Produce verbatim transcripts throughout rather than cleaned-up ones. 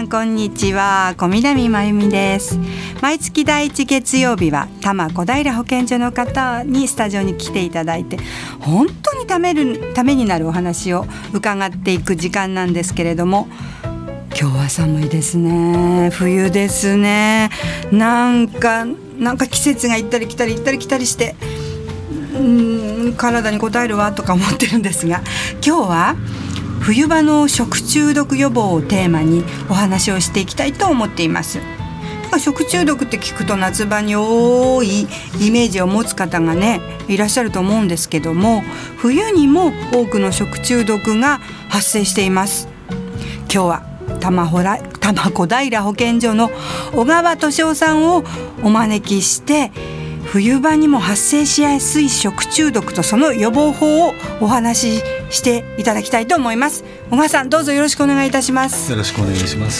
んこんにちは、小南真由美です。毎月第一月曜日は多摩小平保健所の方にスタジオに来ていただいて、本当にためるためになるお話を伺っていく時間なんですけれども、今日は寒いですね。冬ですね。なんかなんか季節が行ったり来たり行ったり来たりして、うーん体に応えるわとか思ってるんですが、今日は冬場の食中毒予防をテーマにお話をしていきたいと思っています。食中毒って聞くと夏場に多いイメージを持つ方がねいらっしゃると思うんですけども、冬にも多くの食中毒が発生しています。今日は多摩小平保健所の小川敏夫さんをお招きして、冬場にも発生しやすい食中毒とその予防法をお話ししていただきたいと思います。小川さん、どうぞよろしくお願いいたします。 よろしくお願いします。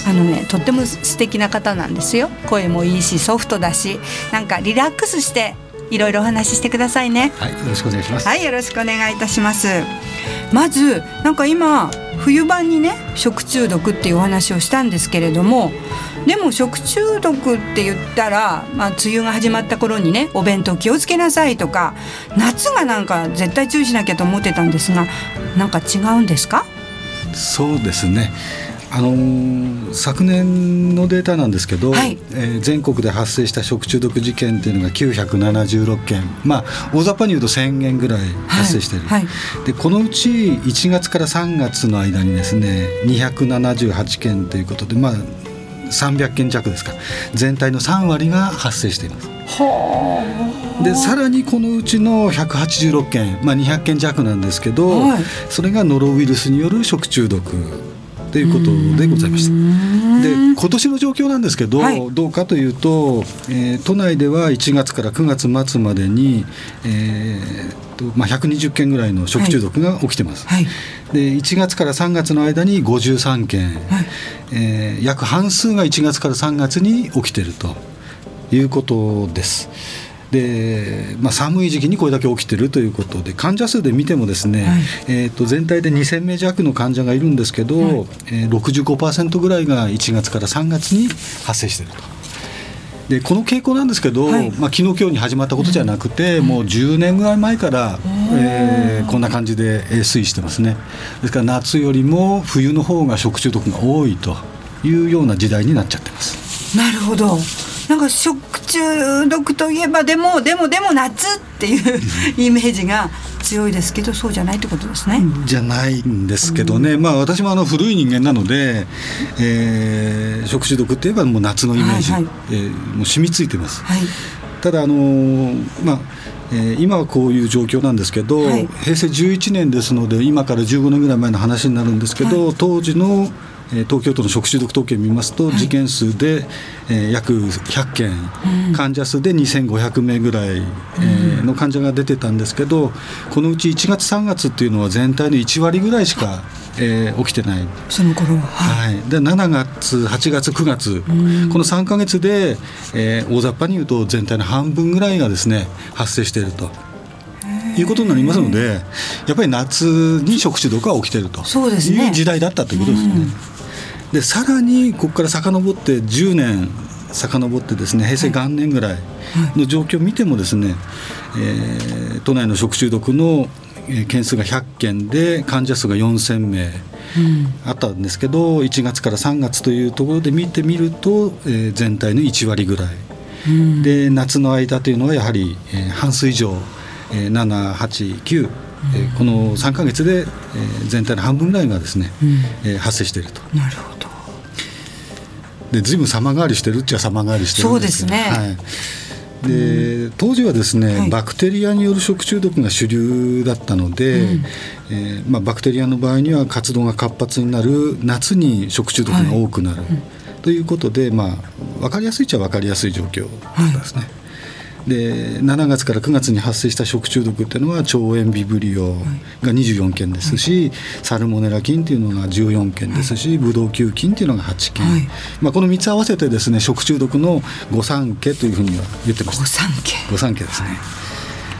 あのね、とっても素敵な方なんですよ。声もいいしソフトだし、なんかリラックスしていろいろお話ししてくださいね。 はい、よろしくお願いします。 はい、よろしくお願いいたします。まずなんか今冬場にね食中毒っていうお話をしたんですけれども、でも食中毒って言ったら、まあ、梅雨が始まった頃にねお弁当気をつけなさいとか、夏がなんか絶対注意しなきゃと思ってたんですが、なんか違うんですか？ そうですね、あのー、昨年のデータなんですけど、はい、えー、全国で発生した食中毒事件っていうのがきゅうひゃくななじゅうろっけん、まあ、大雑把に言うとせんけんぐらい発生している、はいはい、でこのうちいちがつからさんがつの間にですねにひゃくななじゅうはちけんということで、まあ、さんびゃっけん弱ですか、全体のさんわりが発生しています。でさらにこのうちのひゃくはちじゅうろっけん、まあ、にひゃっけん弱なんですけど、はい、それがノロウイルスによる食中毒ということでございました。で今年の状況なんですけど、はい、どうかというと、えー、都内ではいちがつからくがつ末までに、えーとまあ、ひゃくにじゅっけんぐらいの食中毒が起きてます、はい、でいちがつからさんがつの間にごじゅうさんけん、はい、えー、約半数がいちがつからさんがつに起きているということです。でまあ、寒い時期にこれだけ起きているということで、患者数で見てもですね、はい、えー、と全体でにせんめい弱の患者がいるんですけど、はい、えー、ろくじゅうごパーセント ぐらいがいちがつからさんがつに発生していると。でこの傾向なんですけど、はい、まあ、昨日今日に始まったことじゃなくて、うん、もうじゅうねんぐらい前から、えー、こんな感じで推移してますね。ですから夏よりも冬の方が食中毒が多いというような時代になっちゃってます。 なるほど。なんか食中毒といえばでもでもでも夏っていうイメージが強いですけど、そうじゃないってことですね。 じゃないんですけどね、うん、まあ、私もあの古い人間なので、えー、食中毒っていえばもう夏のイメージ、はいはい、えー、もう染みついてます、はい、ただあのーまあえー、今はこういう状況なんですけど、はい、へいせいじゅういちねんですので今からじゅうごねんぐらい前の話になるんですけど、はい、当時の東京都の食中毒統計を見ますと、はい、事件数で、えー、約ひゃっけん、うん、患者数でにせんごひゃくめいぐらい、えー、の患者が出てたんですけど、このうちいちがつさんがつっていうのは全体のいちわりぐらいしか、えー、起きてない。 その頃は、 はい、でしちがつはちがつくがつ、うん、このさんかげつで、えー、大雑把に言うと全体の半分ぐらいがですね発生しているということになりますので、やっぱり夏に食中毒が起きているという時代だったということですよね。うん、でさらにここから遡ってじゅうねん遡ってですね、へいせい元年ぐらいの状況を見てもですね、えー、都内の食中毒の件数がひゃっけんで患者数がよんせんめいあったんですけど、いちがつからさんがつというところで見てみると、えー、全体のいちわりぐらい、うん、で夏の間というのはやはり、えー、半数以上、えー、なな、はち、きゅう、えー、このさんかげつで、えー、全体の半分ぐらいがですね、うん、えー、発生していると。 なるほど。 で随分様変わりしてるっちゃ様変わりしてるんですけど、そうですね、はい、で当時はですね、はい、バクテリアによる食中毒が主流だったので、うん、えーまあ、バクテリアの場合には活動が活発になる夏に食中毒が多くなる、はい、うん、ということで、まあ、分かりやすいっちゃ分かりやすい状況だったんですね。はい、でしちがつからくがつに発生した食中毒っていうのは腸炎ビブリオがにじゅうよんけんですし、はい、サルモネラ菌っていうのがじゅうよんけんですし、はい、ブドウ球菌っていうのがはちけん、はい、まあ、このみっつ合わせてですね食中毒の御三家というふうには言ってました。 御三家御三家ですね。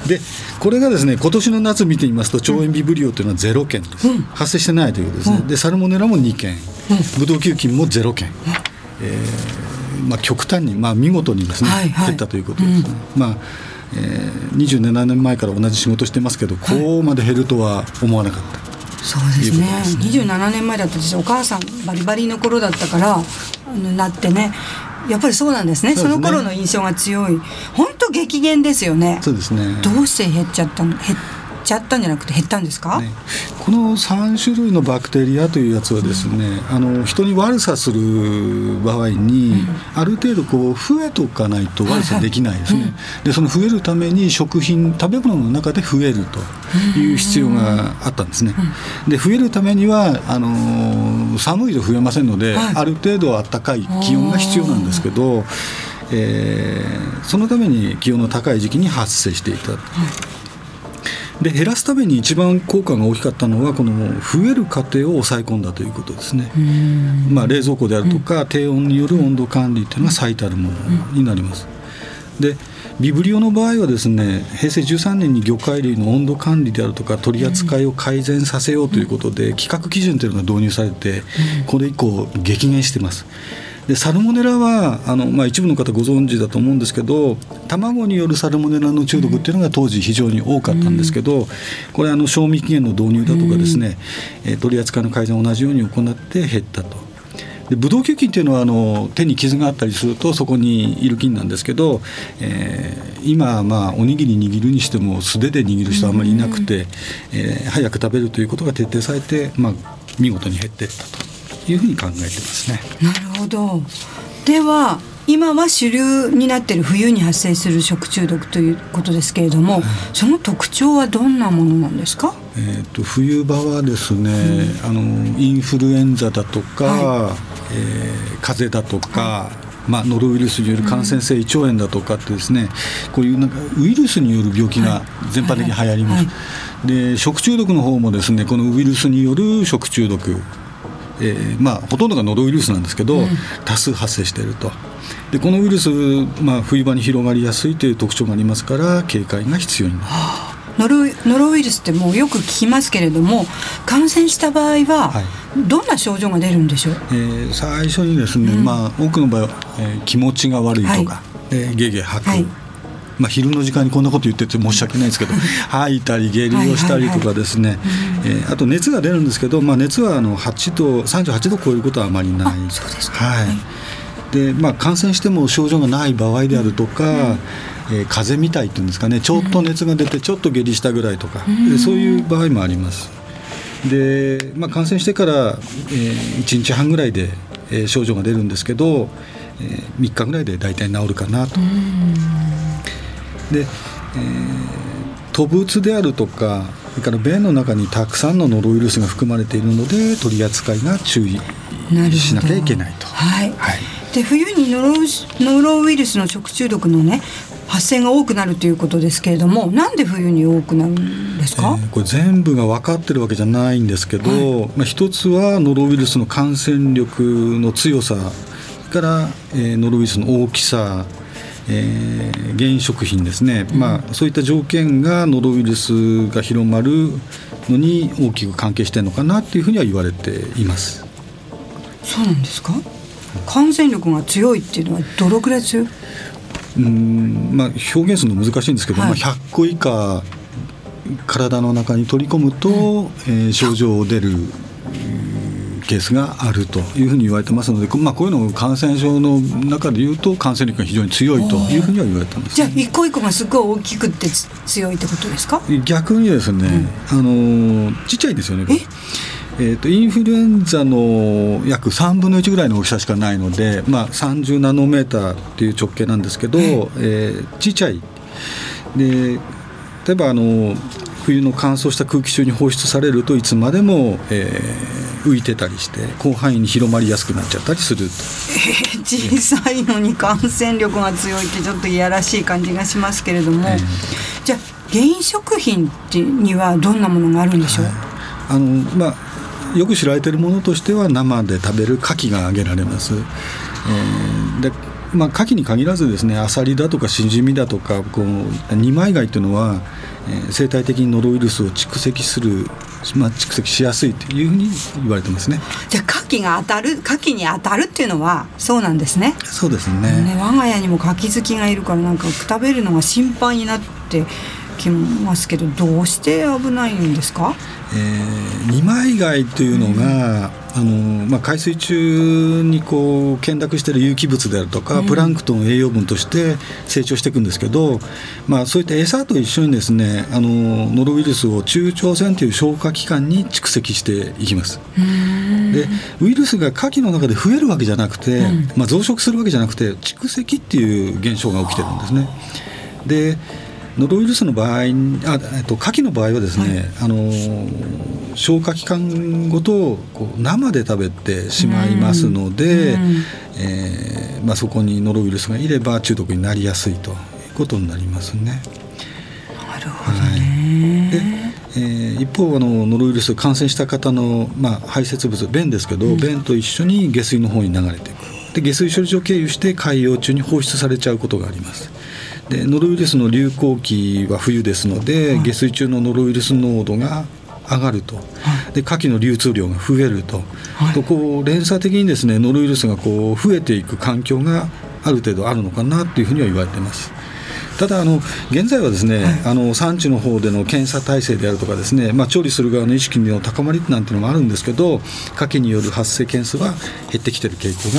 でこれがですね今年の夏見てみますと腸炎ビブリオというのはゼロ件です、うん、発生してないということですね、うん、でサルモネラもに件、うん、ブドウ球菌もゼロ件、うんえーまあ、極端に、まあ、見事にですね、はいはい、減ったということですね、うんまあえー、にじゅうななねんまえから同じ仕事してますけどこうまで減るとは思わなかった、はいそうですね。にじゅうななねんまえだった私お母さんバリバリの頃だったからなってねやっぱりそうなんですね。その頃の印象が強い本当激減ですよね。 そうですね。 どうして減っちゃったの減っちゃったんじゃなくて減ったんですか、ね、 このさん種類のバクテリアというやつはですね、うん、あの人に悪さする場合に、うん、ある程度こう増えておかないと悪さできないですね、はいはいうん、でその増えるために食品食べ物の中で増えるという必要があったんですね、うん、で増えるためにはあの寒いと増えませんので、はい、ある程度暖かい気温が必要なんですけど、えー、そのために気温の高い時期に発生していた、はいで減らすために一番効果が大きかったのはこの増える過程を抑え込んだということですね。まあ、冷蔵庫であるとか、うん、低温による温度管理というのが最たるものになります。でビブリオの場合はですねへいせいじゅうさんねんに魚介類の温度管理であるとか取り扱いを改善させようということで、うん、規格基準というのが導入されて、うん、これ以降激減しています。でサルモネラはあの、まあ、一部の方ご存知だと思うんですけど卵によるサルモネラの中毒っていうのが当時非常に多かったんですけど、うん、これあの賞味期限の導入だとかですね、うんえー、取り扱いの改善を同じように行って減ったと。でブドウ球菌っていうのはあの手に傷があったりするとそこにいる菌なんですけど、えー、今、まあ、おにぎり握るにしても素手で握る人はあんまりいなくて、うんえー、早く食べるということが徹底されて、まあ、見事に減っていったというふうに考えてますね。 なるほど。では今は主流になっている冬に発生する食中毒ということですけれども、はい、その特徴はどんなものなんですか？ えー、と冬場はですね、うん、あのインフルエンザだとか、はいえー、風邪だとか、はいまあ、ノロウイルスによる感染性胃腸炎だとかってですね、うん、こういうなんかウイルスによる病気が全般的に流行ります、はいはいはい、で食中毒の方もですねこのウイルスによる食中毒えーまあ、ほとんどがノロウイルスなんですけど、うん、多数発生していると。でこのウイルス、まあ、冬場に広がりやすいという特徴がありますから警戒が必要になる、はあ、 ノロ、ノロウイルスってもうよく聞きますけれども感染した場合はどんな症状が出るんでしょう？ えー、最初にですね、うんまあ、多くの場合は、えー、気持ちが悪いとか、はいえー、ゲゲ吐く、はいまあ、昼の時間にこんなこと言ってて申し訳ないんですけど吐いたり下痢をしたりとかですね、えー、あと熱が出るんですけど、まあ、熱はあのはちどさんじゅうはちど超えることはあまりない。 あそうですか、 はいでまあ、感染しても症状がない場合であるとか、うんえー、風邪みたいっていうんですかねちょっと熱が出てちょっと下痢したぐらいとか、うん、でそういう場合もあります。で、まあ、感染してから、えー、いちにちはんぐらいで、えー、症状が出るんですけど、えー、みっかぐらいで大体治るかなと。うんでえー、吐物であるとかそれから便の中にたくさんのノロウイルスが含まれているので取り扱いが注意しなきゃいけないと、 はいはい、で冬にノロ、ノロウイルスの食中毒の、ね、発生が多くなるということですけれどもなんで冬に多くなるんですか？ えー、これ全部が分かってるわけじゃないんですけど、はいまあ、一つはノロウイルスの感染力の強さから、えー、ノロウイルスの大きさえー、原食品ですね、うんまあ、そういった条件がノロウイルスが広まるのに大きく関係しているのかなというふうには言われています。 そうなんですか？感染力が強いっていうのはどのくらい強い？ うーん、まあ、表現するの難しいんですけど、はいまあ、ひゃっこ以下体の中に取り込むと、うんえー、症状出るケースがあるというふうに言われてますので、まあ、こういうのを感染症の中でいうと感染力が非常に強いというふうには言われてます、ね、 じゃあ一個一個がすごい大きくて強いってことですか？ 逆にですね、うん、あのちっちゃいんですよね。ええー、とインフルエンザの約さんぶんのいちぐらいの大きさしかないので、まあ、さんじゅうナノメーターっていう直径なんですけど、えー、ちっちゃいで例えばあの冬の乾燥した空気中に放出されるといつまでも、えー、浮いてたりして広範囲に広まりやすくなっちゃったりすると、えー、小さいのに感染力が強いってちょっといやらしい感じがしますけれども、えー、じゃあ原食品にはどんなものがあるんでしょう？はい、 あのまあ、よく知られているものとしては生で食べる牡蠣が挙げられます。えー、でまあ、牡蠣に限らずですね、アサリだとかシジミだとかこう二枚貝というのは、えー、生態的にノロウイルスを蓄積する、まあ、蓄積しやすいというふうに言われてますね。 じゃあ牡蠣が当たる牡蠣に当たるっていうのはそうなんですね。 そうです ね, ね我が家にも牡蠣好きがいるからなんか食べるのが心配になってきますけど、どうして危ないんですか？ えー、二枚貝というのが、うん、あのまあ、海水中にこう見濁している有機物であるとか、うん、プランクトン栄養分として成長していくんですけど、まあ、そういった餌と一緒にですね、あのノロウイルスを中腸腺という消化器官に蓄積していきます。でウイルスが牡蠣の中で増えるわけじゃなくて、うんまあ、増殖するわけじゃなくて蓄積っていう現象が起きてるんですね。でノロウイルスの場合、あ、えっと、牡蠣の場合はですね、はい、あの消化器官ごとこう生で食べてしまいますので、うんうんえーまあ、そこにノロウイルスがいれば中毒になりやすいということになりますね。 なるほどね。 はいでえー、一方あのノロウイルス感染した方の、まあ、排泄物便ですけど、うん、便と一緒に下水の方に流れていく。で下水処理場を経由して海洋中に放出されちゃうことがあります。でノロウイルスの流行期は冬ですので、はい、下水中のノロウイルス濃度が上がると、はい、で牡蠣の流通量が増えると、はい、とこう連鎖的にですねノロウイルスがこう増えていく環境がある程度あるのかなというふうには言われています。ただあの現在はですね、はい、あの産地の方での検査体制であるとかですね、まあ、調理する側の意識の高まりなんていうのもあるんですけど、牡蠣による発生件数は減ってきている傾向があります。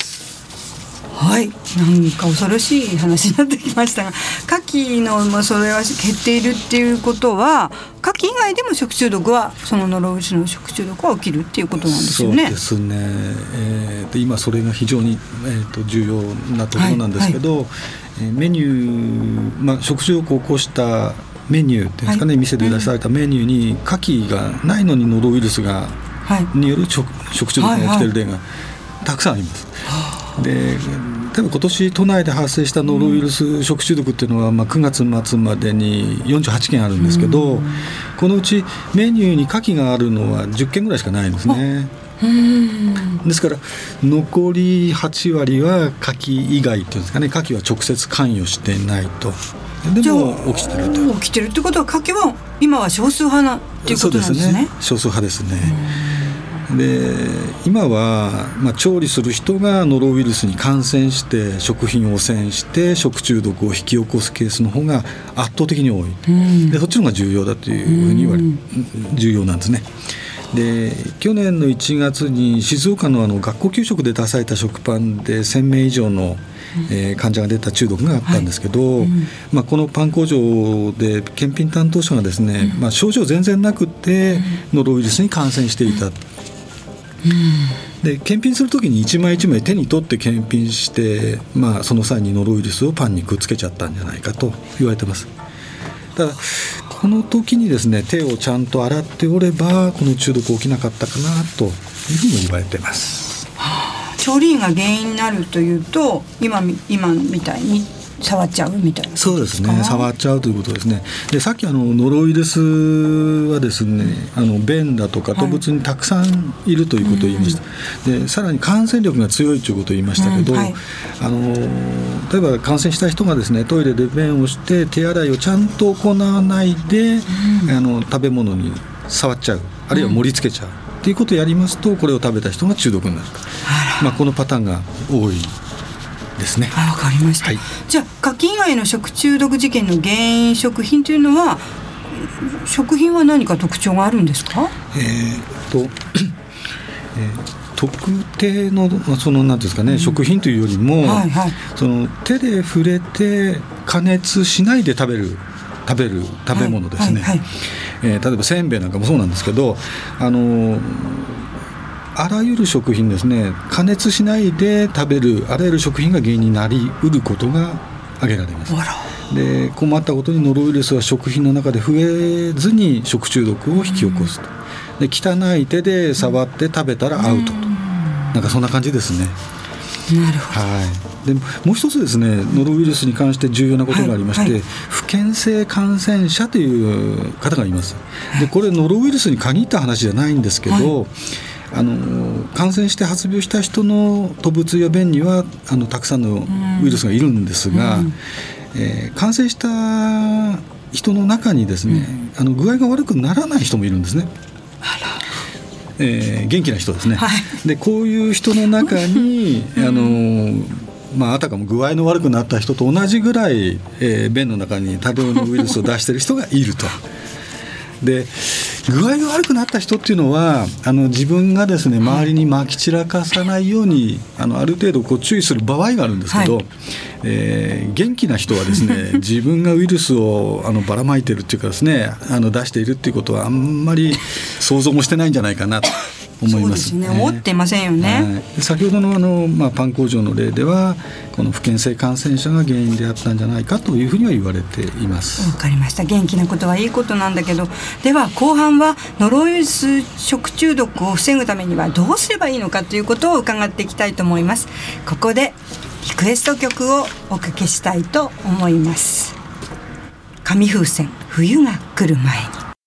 はい、なんか恐ろしい話になってきましたが、牡蠣の、まあ、それは減っているっていうことは牡蠣以外でも食中毒はそのノロウイルスの食中毒は起きるっていうことなんですよね。 そうですね、えー、で今それが非常に、えー、と重要なところなんですけど、はいはいえー、メニュー、まあ、食中毒を起こしたメニューっていうんですかね、はい、店で出されたメニューに牡蠣がないのにノロウイルスが、はい、による食中毒が起きている例がたくさんあります。はいはいで例えば今年都内で発生したノロウイルス食中毒っていうのは、まあ、くがつ末までによんじゅうはちけんあるんですけど、うん、このうちメニューに牡蠣があるのはじゅっけんぐらいしかないんですね。うんですから残りはちわりは牡蠣以外っていうんですかね、牡蠣は直接関与してないと。でも起きてると起きてるってことは牡蠣は今は少数派なっていうことなんですね。そうですね、 少数派ですね。で今は、まあ、調理する人がノロウイルスに感染して食品を汚染して食中毒を引き起こすケースの方が圧倒的に多い、うん、でそっちの方が重要だというふうに言われ、うん、重要なんですね。で去年のいちがつに静岡 の, あの学校給食で出された食パンでせんめい以上の、えー、患者が出た中毒があったんですけど、はいうんまあ、このパン工場で検品担当者がですね、うんまあ、症状全然なくてノロウイルスに感染していた。で検品するときに一枚一枚手に取って検品して、まあ、その際にノロウイルスをパンにくっつけちゃったんじゃないかと言われてます。ただこの時にですね手をちゃんと洗っておればこの中毒起きなかったかなというふうに言われてます。 はあ、調理員が原因になるというと 今, 今みたいに触っちゃうみたいな。 そうですね、触っちゃうということですね。でさっきあのノロウイルスはですね、あの便だとか動物にたくさんいるということを言いました、はい、でさらに感染力が強いということを言いましたけど、うんはい、あの例えば感染した人がですねトイレで便をして手洗いをちゃんと行わないで、うん、あの食べ物に触っちゃうあるいは盛り付けちゃう、うん、っていうことをやりますとこれを食べた人が中毒になる、まあ、このパターンが多いですね。 あ、わかりました、はい、じゃあ牡蠣以外の食中毒事件の原因食品というのは食品は何か特徴があるんですか？ えー、と、えー、特定のその何ですかね、うん、食品というよりも、はいはい、その手で触れて加熱しないで食べる食べる食べ物ですね、はいはいはいえー、例えばせんべいなんかもそうなんですけどあのあらゆる食品ですね加熱しないで食べるあらゆる食品が原因になりうることが挙げられます。で困ったことにノロウイルスは食品の中で増えずに食中毒を引き起こすと、で汚い手で触って食べたらアウトと、なんかそんな感じですね。 なるほど、 はい、でもう一つですねノロウイルスに関して重要なことがありまして、はいはい、不検性感染者という方がいます。でこれノロウイルスに限った話じゃないんですけど、はいあの感染して発病した人の吐物や便にはあのたくさんのウイルスがいるんですが、うんえー、感染した人の中にですね、うん、あの具合が悪くならない人もいるんですね。 あら、 えー、元気な人ですね、 はい、 でこういう人の中に、うん、あのまあ、あたかも具合の悪くなった人と同じぐらい、えー、便の中に多量のウイルスを出している人がいると。で具合が悪くなった人っていうのはあの自分がですね周りにまき散らかさないようにあのある程度こう注意する場合があるんですけど、はいえー、元気な人はですね自分がウイルスをあのばらまいてるっていうかですねあの出しているっていうことはあんまり想像もしてないんじゃないかなと思います。 そうですね、思っていませんよね、 はい、先ほどの、あの、まあ、パン工場の例ではこの不検性感染者が原因であったんじゃないかというふうには言われています。 わかりました。元気なことはいいことなんだけど、では後半はノロウイルス食中毒を防ぐためにはどうすればいいのかということを伺っていきたいと思います。ここでリクエスト曲をおかけしたいと思います。紙風船、冬が来る前に。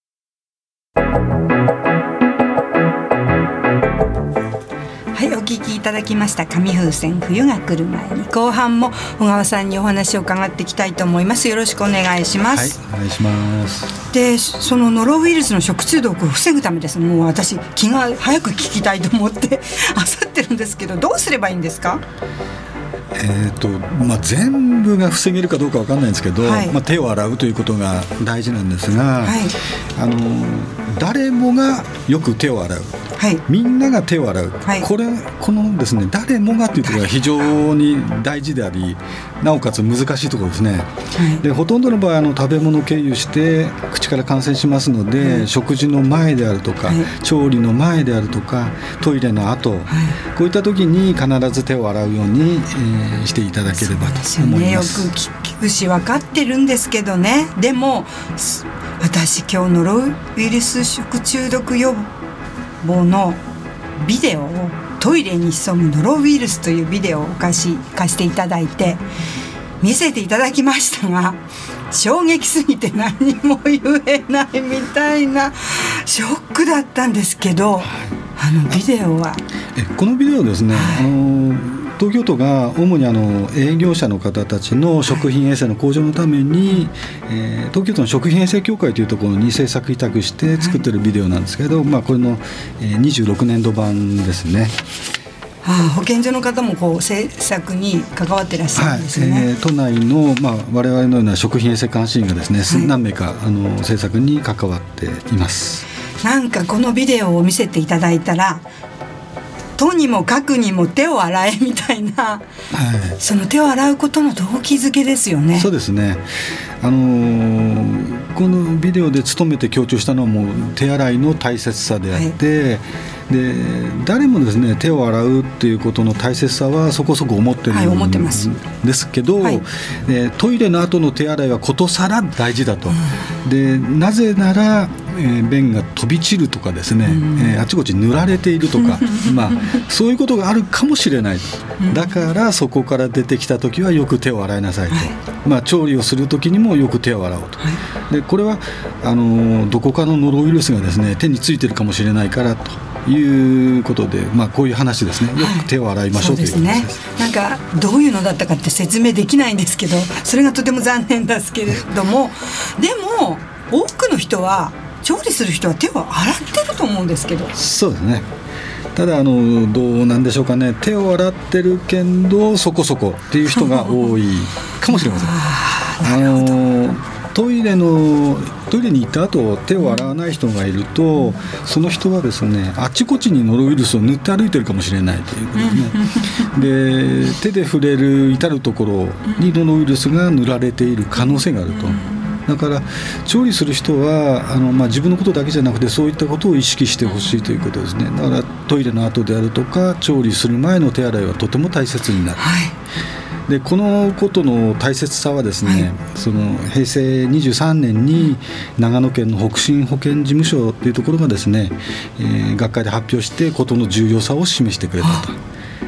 はい、お聞きいただきました紙風船、冬が来る前に。後半も小川さんにお話を伺っていきたいと思います。よろしくお願いします。 はい、お願いします。 でそのノロウイルスの食中毒を防ぐためです。もう私気が早く聞きたいと思ってあさってるんですけど、どうすればいいんですか？ えーとまあ、全部が防げるかどうか分かんないんですけど、はいまあ、手を洗うということが大事なんですが、はい、あの誰もがよく手を洗う、はい、みんなが手を洗う、はい、これこのですね誰もがというところが非常に大事でありなおかつ難しいところですね、はい、でほとんどの場合あの食べ物を経由して口から感染しますので、はい、食事の前であるとか、はい、調理の前であるとかトイレの後、はい、こういった時に必ず手を洗うように、えー、していただければと思います。 そうですよね、よく聞くし分かってるんですけどね。でも私今日ノロウイルス食中毒予防のビデオをトイレに潜むノロウイルスというビデオを貸し貸していただいて見せていただきましたが、衝撃すぎて何も言えないみたいなショックだったんですけど、あのビデオはえこのビデオですね、はい、あの東京都が主にあの営業者の方たちの食品衛生の向上のために、はいえー、東京都の食品衛生協会というところに制作委託して作っているビデオなんですけど、はいまあ、これの、えー、にじゅうろくねんど版ですね。 はあ、保健所の方もこう制作に関わっていらっしゃるんですね、はいえー、 都内の、まあ、我々のような食品衛生監視員がですね、はい、何名かあの制作に関わっています。 なんかこのビデオを見せていただいたらとにもかくにも手を洗えみたいな、はい、その手を洗うことの動機づけですよね。 そうですね、あのー、このビデオで努めて強調したのはもう手洗いの大切さであって、はいで誰もですね手を洗うっていうことの大切さはそこそこ思ってるんですけど、はい、でトイレの後の手洗いはことさら大事だと、うん、でなぜなら、えー、便が飛び散るとかですね、うんえー、あちこち塗られているとか、まあ、そういうことがあるかもしれない、だからそこから出てきた時はよく手を洗いなさいと、はいまあ、調理をする時にもよく手を洗おうと、はい、でこれはあのどこかのノロウイルスがですね手についてるかもしれないからということで、まあ、こういう話ですね。よく手を洗いましょう、はい、という話です。 そうですね。なんかどういうのだったかって説明できないんですけど、それがとても残念ですけれどもでも多くの人は調理する人は手を洗ってると思うんですけど。 そうですね。ただあのどうなんでしょうかね、手を洗ってるけどそこそこっていう人が多いかもしれません。あのトイレのトイレに行った後手を洗わない人がいると、うん、その人はですねあちこちにノロウイルスを塗って歩いてるかもしれないということですね。で手で触れる至るところにノロウイルスが塗られている可能性があると。だから調理する人はあの、まあ、自分のことだけじゃなくてそういったことを意識してほしいということですね。だからトイレの後であるとか調理する前の手洗いはとても大切になる、はいでこのことの大切さはですね、はい、その平成にじゅうさんねんに長野県の北信保健事務所というところがですね、えー、学会で発表してことの重要さを示してくれたと。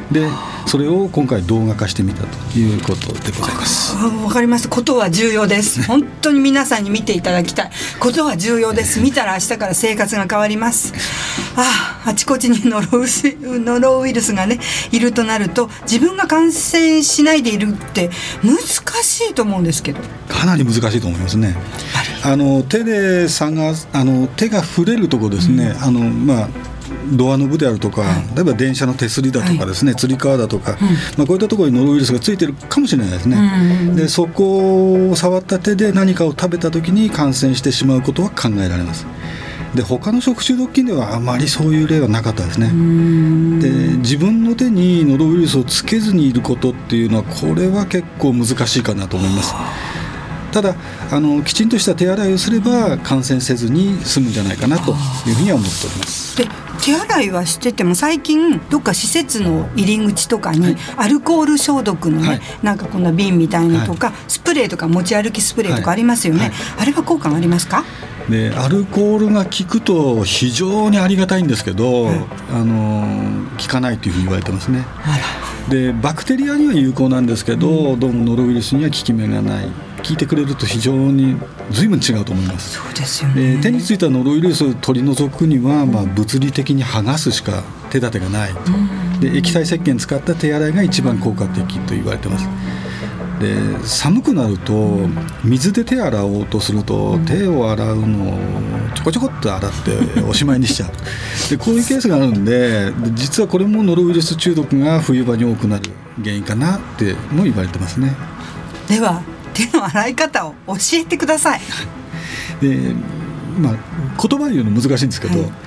でそれを今回動画化してみたということでございます。 わかりました。ことは重要です。本当に皆さんに見ていただきたい。ことは重要です。見たら明日から生活が変わります。ああ、あちこちにノロウイルス、ノロウイルスがねいるとなると、自分が感染しないでいるって難しいと思うんですけど。 かなり難しいと思いますね。あの手で探す、あの手が触れるところですね、うん、あのまあドアノブであるとか、はい、例えば電車の手すりだとかですね、はい、つり革だとか、うんまあ、こういったところにノロウイルスがついてるかもしれないですね、うんうん、でそこを触った手で何かを食べた時に感染してしまうことは考えられます。で他の食中毒菌ではあまりそういう例はなかったですね。で自分の手にノロウイルスをつけずにいることっていうのは、これは結構難しいかなと思います。ただあのきちんとした手洗いをすれば感染せずに済むんじゃないかなというふうには思っております。 で手洗いはしてても、最近どっか施設の入り口とかにアルコール消毒のね、はい、なんかこんな瓶みたいなとか、はい、スプレーとか持ち歩きスプレーとかありますよね、はいはい、あれは効果がありますか？ でアルコールが効くと非常にありがたいんですけど、はい、あの効かないというふうに言われてますね。 あら。 でバクテリアには有効なんですけど、うん、どうもノロウイルスには効き目がない。効いてくれると非常に随分違うと思います。 そうですよね。 で手についたノロウイルスを取り除くには、まあ、物理的に剥がすしか手立てがないと、うん、で液体石鹸使った手洗いが一番効果的と言われています。で寒くなると水で手洗おうとすると、手を洗うのをちょこちょこっと洗っておしまいにしちゃうでこういうケースがあるんで、実はこれもノロウイルス中毒が冬場に多くなる原因かなっても言われてますね。 では手の洗い方を教えてください。 で、まあ、言葉で言うの難しいんですけど、はい、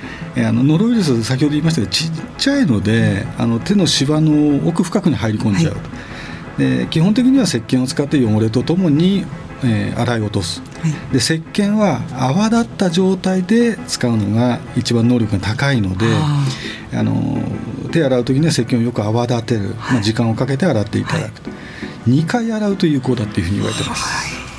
あのノロウイルス先ほど言いましたけどちっちゃいので、あの手のシワの奥深くに入り込んじゃうと、はい、で基本的には石鹸を使って汚れとともに、えー、洗い落とす、はい、で石鹸は泡立った状態で使うのが一番能力が高いので、あの手洗う時には石鹸をよく泡立てる、はいまあ、時間をかけて洗っていただくと、はい、にかい洗うと有効だっていうふうに言われてます。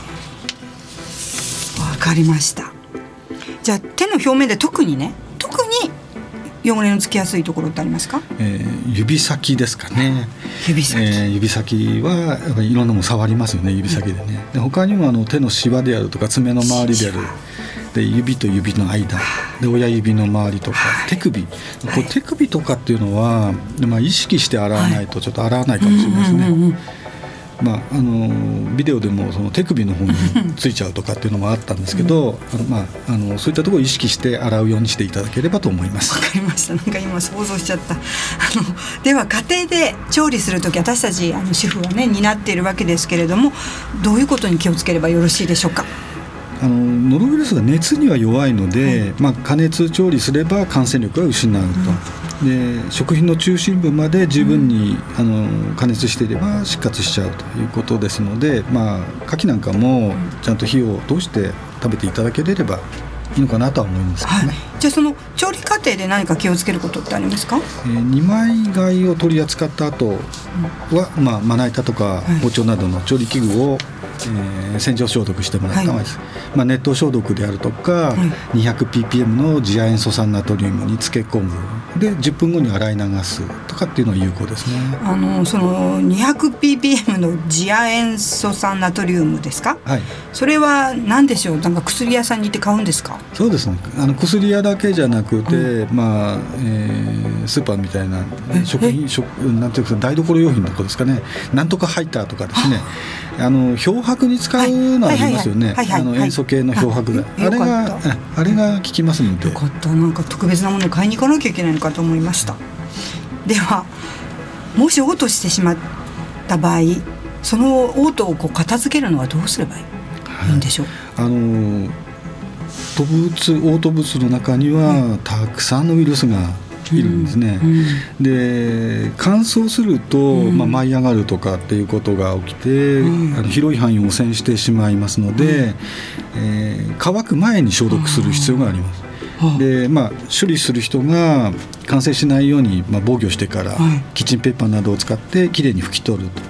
わ、はい、かりました。じゃあ手の表面で特にね、特に汚れのつきやすいところってありますか？ えー、指先ですかね。 指先、 えー、指先はやっぱりいろんなもの触りますよね、指先でね、うん、で他にもあの手のシワであるとか爪の周りであるで指と指の間で親指の周りとか、はい、手首、こう手首とかっていうのは、まあ、意識して洗わないとちょっと洗わないかもしれないですね、はいうんうんうんまあ、あのビデオでもその手首の方についちゃうとかっていうのもあったんですけど、あの、まあ、あのそういったところを意識して洗うようにしていただければと思います。 わかりました。なんか今想像しちゃった。あのでは家庭で調理するとき、私たちあの主婦はね担っているわけですけれども、どういうことに気をつければよろしいでしょうか？ あのノロウイルスが熱には弱いので、はいまあ、加熱調理すれば感染力が失うと、うんで食品の中心部まで十分に、うん、あの加熱していれば失活しちゃうということですので、まあ、牡蠣なんかもちゃんと火を通して食べていただければいいのかなとは思いますけどね、はい、 じゃあその調理過程で何か気をつけることってありますか？ えー、二枚貝を取り扱った後は、うんまあ、まな板とか包丁などの調理器具を、えー、洗浄消毒してもらった方がいいです、はいまあ、熱湯消毒であるとか、はい、にひゃくピーピーエム の次亜塩素酸ナトリウムに漬け込むでじゅっぷんごに洗い流すとかっていうのは有効ですね。 あのその にひゃくピーピーエム の次亜塩素酸ナトリウムですか？はい、それは何でしょう？なんか薬屋さんに行って買うんですか？ そうですね、あの薬屋だけじゃなくて、うんまあえー、スーパーみたいな食品食なんていうか台所用品のとこですかね、なんとかハイターとかですね、あの漂白に使うのありますよね、塩素系の漂白剤、あれがあれが効きますので。 よかった。なんか特別なものを買いに行かなきゃいけないのかと思いました。ではもし嘔吐してしまった場合、その嘔吐をこう片付けるのはどうすればいいんでしょう？ はい、あの吐物嘔吐物の中にはたくさんのウイルスがいるんですね、うんうん、で乾燥すると、うんまあ、舞い上がるとかっていうことが起きて、うん、あの広い範囲を汚染してしまいますので、うんえー、乾く前に消毒する必要があります。でまあ、処理する人が感染しないように、まあ、防御してから、はい、キッチンペーパーなどを使ってきれいに拭き取ると。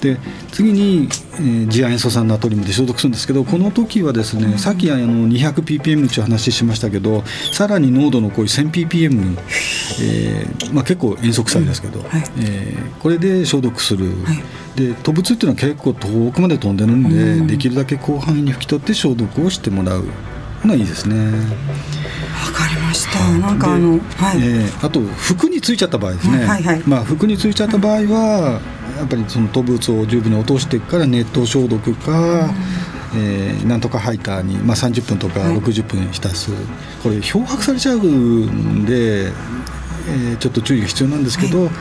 で次に、えー、次亜塩素酸ナトリウムで消毒するんですけど、この時はですね、さっきあの にひゃくピーピーエム という話しましたけど、さらに濃度の濃い せんピーピーエム、えーまあ、結構塩素臭いですけど、うんはい、えー、これで消毒する、はい、で飛物っていうのは結構遠くまで飛んでるんで、うん、できるだけ広範囲に拭き取って消毒をしてもらうのはいいですね。 わかりました。なんかあの、はい、 えー、あと服についちゃった場合ですね、はいはい、まあ、服についちゃった場合はやっぱりその飛物を十分に落としてから熱湯消毒か、うん、えー、なんとかハイターに、まあ、さんじゅっぷんとかろくじゅっぷん浸す、はい、これ漂白されちゃうんで、えー、ちょっと注意が必要なんですけど、はい、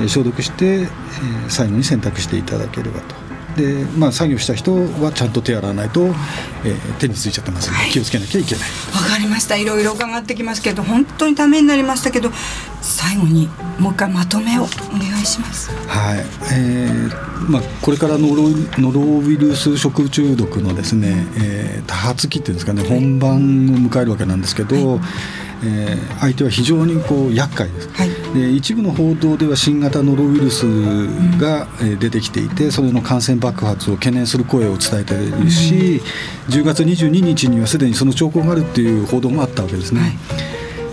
消毒して、えー、最後に洗濯していただければと。で、まあ、作業した人はちゃんと手洗わないと、えー、手についちゃってますので、はい、気をつけなきゃいけない。 わかりました。いろいろ伺ってきますけど本当にためになりましたけど、最後にもう一回まとめをお願いします。 はい、えーまあ、これからノロ、ノロウイルス食中毒のですね、えー、多発期っていうんですかね、本番を迎えるわけなんですけど、はい、えー、相手は非常にこう厄介です、はい、で一部の報道では新型ノロウイルスが、うん、出てきていて、それの感染爆発を懸念する声を伝えているし、うん、じゅうがつにじゅうににちにはすでにその兆候があるっていう報道もあったわけですね、はい、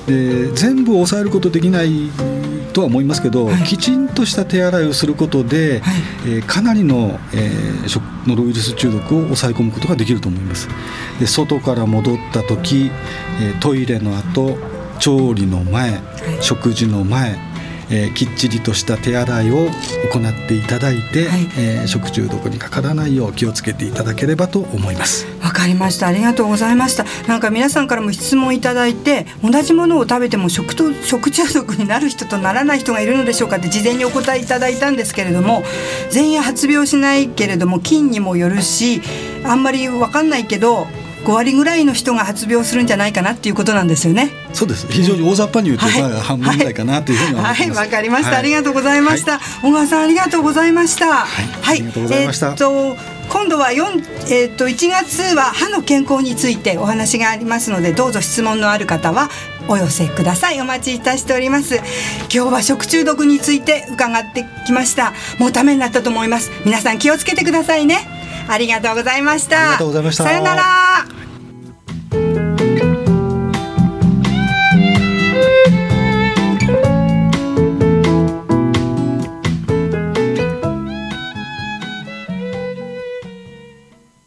で全部を抑えることできないとは思いますけど、はい、きちんとした手洗いをすることで、はい、えー、かなりの、えー、ノロウイルス中毒を抑え込むことができると思います。で外から戻った時、えー、トイレの後、調理の前、はい、食事の前、えー、きっちりとした手洗いを行っていただいて、はい、えー、食中毒にかからないよう気をつけていただければと思います。 わかりました。ありがとうございました。なんか皆さんからも質問いただいて、同じものを食べても 食, と食中毒になる人とならない人がいるのでしょうかって事前にお答えいただいたんですけれども、全員発病しないけれども菌にもよるし、あんまり分かんないけどごわりぐらいの人が発病するんじゃないかなっていうことなんですよね。 そうです。非常に大雑把に言うと、はい、まあ、半分ぐらいかなというふうに思います。 はい、わ、はい、かりました、はい、ありがとうございました、はい、小川さんありがとうございました。はい、 はい、ありがとうございました。 えー、っと今度は4、えー、っといちがつは歯の健康についてお話がありますので、どうぞ質問のある方はお寄せください。お待ちいたしております。今日は食中毒について伺ってきました。もうためになったと思います。皆さん気をつけてくださいね。ありがとうございました。 ありがとうございました。 さよなら。